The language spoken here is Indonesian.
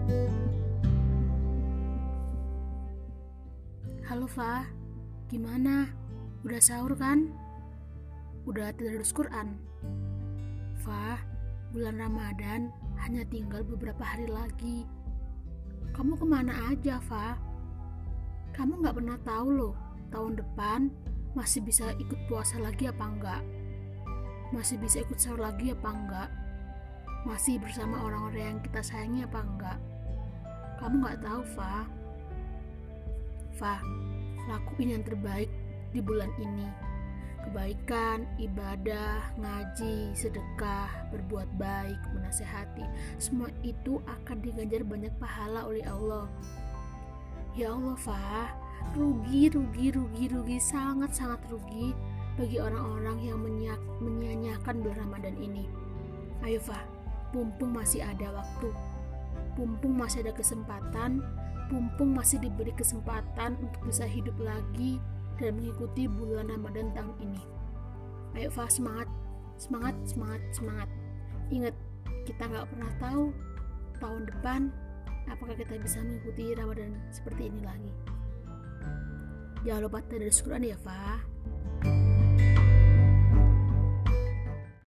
Halo Fa, gimana? Udah sahur kan? Udah tadarus Quran? Fa, bulan Ramadan hanya tinggal beberapa hari lagi. Kamu kemana aja, Fa? Kamu gak pernah tahu loh, tahun depan masih bisa ikut puasa lagi apa enggak? Masih bisa ikut sahur lagi apa enggak? Masih bersama orang-orang yang kita sayangi apa enggak? Kamu gak tahu, Fa? Fa, lakuin yang terbaik di bulan ini. Kebaikan, ibadah, ngaji, sedekah, berbuat baik, menasehati, semua itu akan diganjar banyak pahala oleh Allah. Ya Allah, Fa, rugi, sangat rugi bagi orang-orang yang menyia-nyiakan bulan Ramadan ini. Ayo, Fa, mumpung masih ada waktu, mumpung masih ada kesempatan, mumpung masih diberi kesempatan untuk bisa hidup lagi dan mengikuti bulan Ramadan tahun ini. Ayo Fa, semangat. Ingat, kita gak pernah tahu tahun depan apakah kita bisa mengikuti Ramadan seperti ini lagi. Jangan lupa tadarus Quran ya Fa.